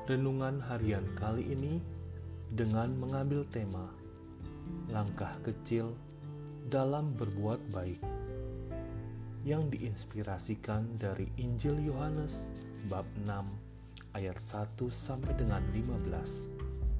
Renungan harian kali ini dengan mengambil tema langkah kecil dalam berbuat baik yang diinspirasikan dari Injil Yohanes bab 6 ayat 1 sampai dengan 15.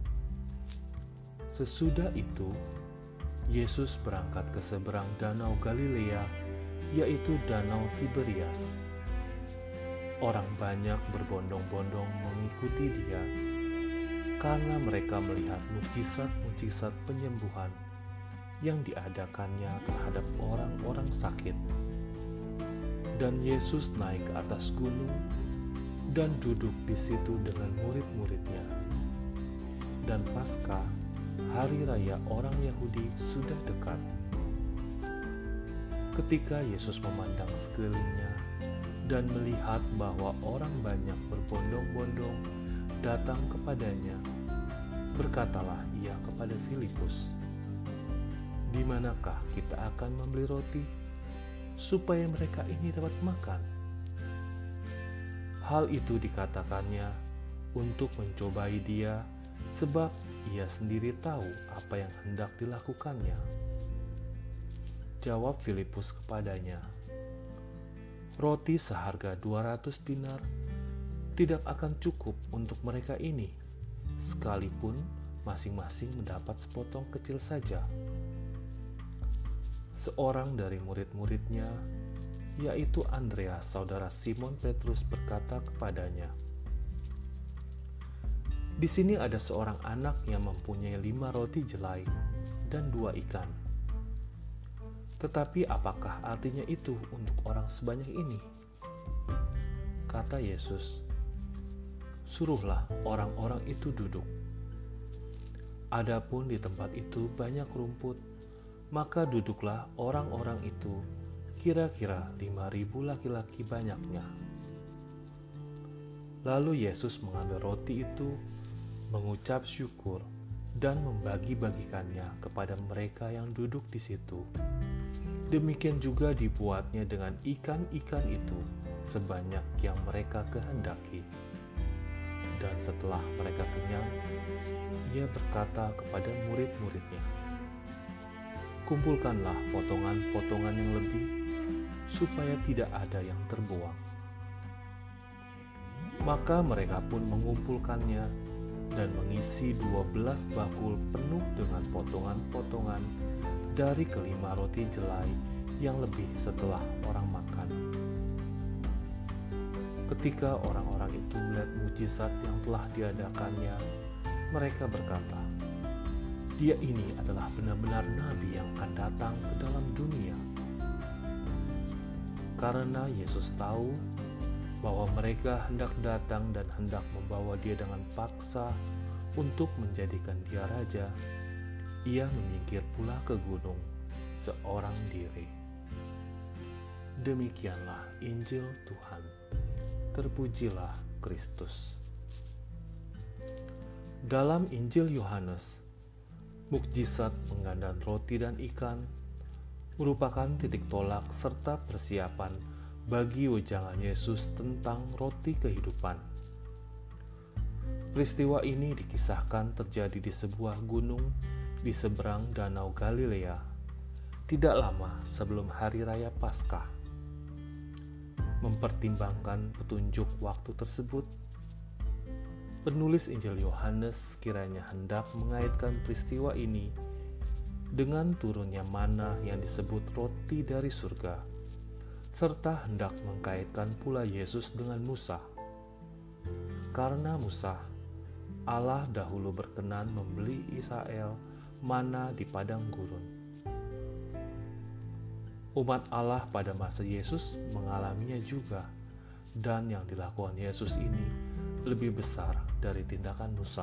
Sesudah itu, Yesus berangkat ke seberang danau Galilea, yaitu danau Tiberias. Orang banyak berbondong-bondong mengikuti dia karena mereka melihat mukjizat-mukjizat penyembuhan yang diadakannya terhadap orang-orang sakit. Dan Yesus naik ke atas gunung dan duduk di situ dengan murid-muridnya. Dan Paskah, hari raya orang Yahudi, sudah dekat. Ketika Yesus memandang sekelilingnya dan melihat bahwa orang banyak berbondong-bondong datang kepadanya, berkatalah ia kepada Filipus, "Di manakah kita akan membeli roti supaya mereka ini dapat makan?" Hal itu dikatakannya untuk mencobai dia, sebab ia sendiri tahu apa yang hendak dilakukannya. Jawab Filipus kepadanya, "Roti seharga 200 dinar tidak akan cukup untuk mereka ini, sekalipun masing-masing mendapat sepotong kecil saja." Seorang dari murid-muridnya, yaitu Andreas, saudara Simon Petrus, berkata kepadanya, "Di sini ada seorang anak yang mempunyai 5 roti jelai dan 2 ikan. Tetapi apakah artinya itu untuk orang sebanyak ini?" Kata Yesus, "Suruhlah orang-orang itu duduk." Adapun di tempat itu banyak rumput, maka duduklah orang-orang itu, kira-kira 5.000 laki-laki banyaknya. Lalu Yesus mengambil roti itu, mengucap syukur, dan membagi-bagikannya kepada mereka yang duduk di situ. Demikian juga dibuatnya dengan ikan-ikan itu, sebanyak yang mereka kehendaki. Dan setelah mereka kenyang, ia berkata kepada murid-muridnya, "Kumpulkanlah potongan-potongan yang lebih, supaya tidak ada yang terbuang." Maka mereka pun mengumpulkannya dan mengisi 12 bakul penuh dengan potongan-potongan dari kelima roti jelai yang lebih setelah orang makan. Ketika orang-orang itu melihat mukjizat yang telah diadakannya, mereka berkata, "Dia ini adalah benar-benar nabi yang akan datang ke dalam dunia." Karena Yesus tahu bahwa mereka hendak datang dan hendak membawa dia dengan paksa untuk menjadikan dia raja, ia menyingkir pula ke gunung seorang diri. Demikianlah Injil Tuhan. Terpujilah Kristus. Dalam Injil Yohanes, mukjizat penggandaan roti dan ikan merupakan titik tolak serta persiapan bagi wejangan Yesus tentang roti kehidupan. Peristiwa ini dikisahkan terjadi di sebuah gunung di seberang danau Galilea, tidak lama sebelum hari raya Paskah. Mempertimbangkan petunjuk waktu tersebut, penulis Injil Yohanes kiranya hendak mengaitkan peristiwa ini dengan turunnya manna yang disebut roti dari surga, serta hendak mengkaitkan pula Yesus dengan Musa. Karena Musa, Allah dahulu berkenan membeli Israel manna di padang gurun. Umat Allah pada masa Yesus mengalaminya juga, dan yang dilakukan Yesus ini lebih besar dari tindakan Musa.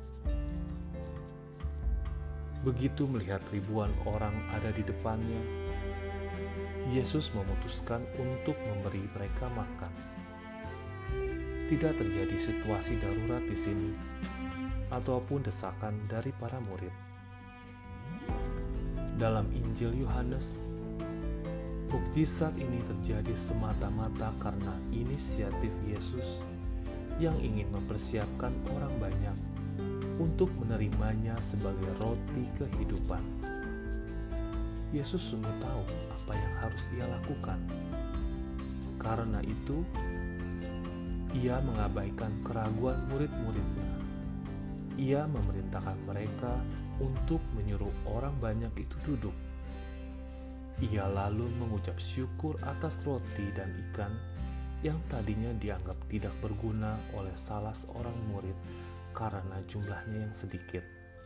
Begitu melihat ribuan orang ada di depannya, Yesus memutuskan untuk memberi mereka makan. Tidak terjadi situasi darurat di sini, ataupun desakan dari para murid. Dalam Injil Yohanes, mukjizat ini terjadi semata-mata karena inisiatif Yesus yang ingin mempersiapkan orang banyak untuk menerimanya sebagai roti kehidupan. Yesus sungguh tahu apa yang harus ia lakukan. Karena itu, ia mengabaikan keraguan murid-muridnya. Ia memerintahkan mereka untuk menyuruh orang banyak itu duduk. Ia lalu mengucap syukur atas roti dan ikan yang tadinya dianggap tidak berguna oleh salah seorang murid karena jumlahnya yang sedikit.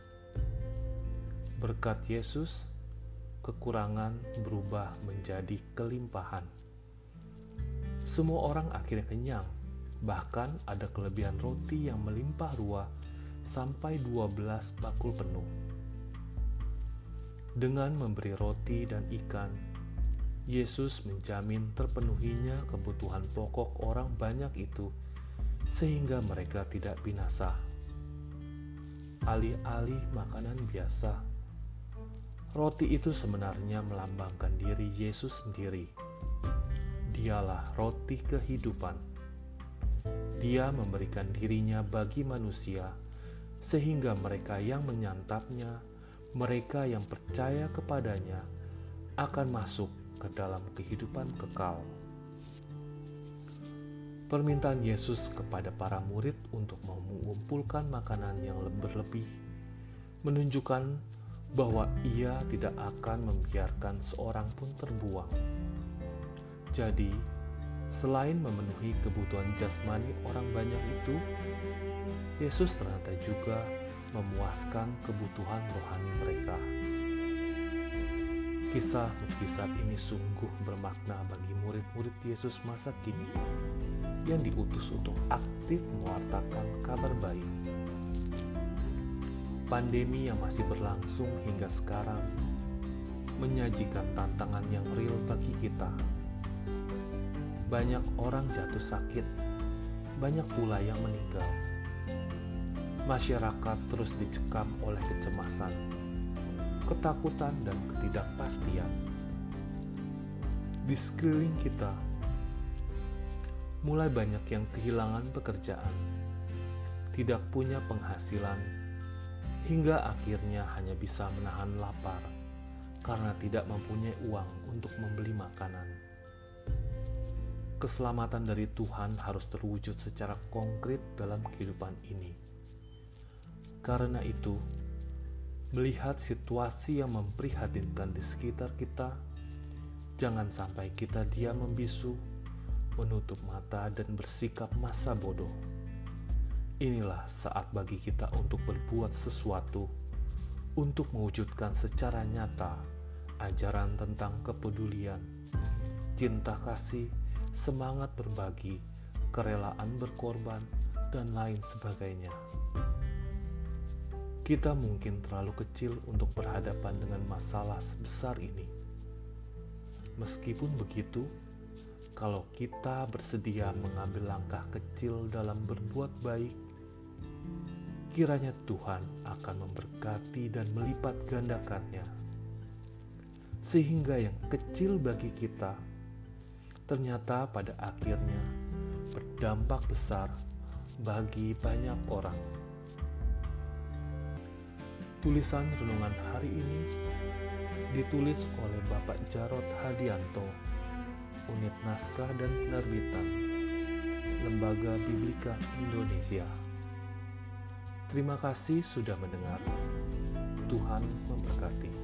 Berkat Yesus, kekurangan berubah menjadi kelimpahan. Semua orang akhirnya kenyang, bahkan ada kelebihan roti yang melimpah ruah sampai 12 bakul penuh. Dengan memberi roti dan ikan, Yesus menjamin terpenuhinya kebutuhan pokok orang banyak itu sehingga mereka tidak binasa. Alih-alih makanan biasa, roti itu sebenarnya melambangkan diri Yesus sendiri. Dialah roti kehidupan. Dia memberikan dirinya bagi manusia sehingga mereka yang menyantapnya, mereka yang percaya kepadanya akan masuk ke dalam kehidupan kekal. Permintaan Yesus kepada para murid untuk mengumpulkan makanan yang berlebih menunjukkan bahwa ia tidak akan membiarkan seorang pun terbuang. Jadi, selain memenuhi kebutuhan jasmani orang banyak itu, Yesus ternyata juga memuaskan kebutuhan rohani mereka. Kisah mukjizat ini sungguh bermakna bagi murid-murid Yesus masa kini yang diutus untuk aktif mewartakan kabar baik. Pandemi yang masih berlangsung hingga sekarang menyajikan tantangan yang real bagi kita. Banyak orang jatuh sakit, banyak pula yang meninggal. Masyarakat terus dicekam oleh kecemasan, ketakutan, dan ketidakpastian. Di sekeliling kita, mulai banyak yang kehilangan pekerjaan, tidak punya penghasilan, hingga akhirnya hanya bisa menahan lapar karena tidak mempunyai uang untuk membeli makanan. Keselamatan dari Tuhan harus terwujud secara konkret dalam kehidupan ini. Karena itu, melihat situasi yang memprihatinkan di sekitar kita, jangan sampai kita diam membisu, menutup mata dan bersikap masa bodoh. Inilah saat bagi kita untuk berbuat sesuatu, untuk mewujudkan secara nyata ajaran tentang kepedulian, cinta kasih, semangat berbagi, kerelaan berkorban, dan lain sebagainya. Kita mungkin terlalu kecil untuk berhadapan dengan masalah sebesar ini. Meskipun begitu, kalau kita bersedia mengambil langkah kecil dalam berbuat baik, kiranya Tuhan akan memberkati dan melipat gandakannya. Sehingga yang kecil bagi kita, ternyata pada akhirnya berdampak besar bagi banyak orang. Tulisan renungan hari ini ditulis oleh Bapak Jarod Hadianto, Unit Naskah dan Penerbitan, Lembaga Biblika Indonesia. Terima kasih sudah mendengar. Tuhan memberkati.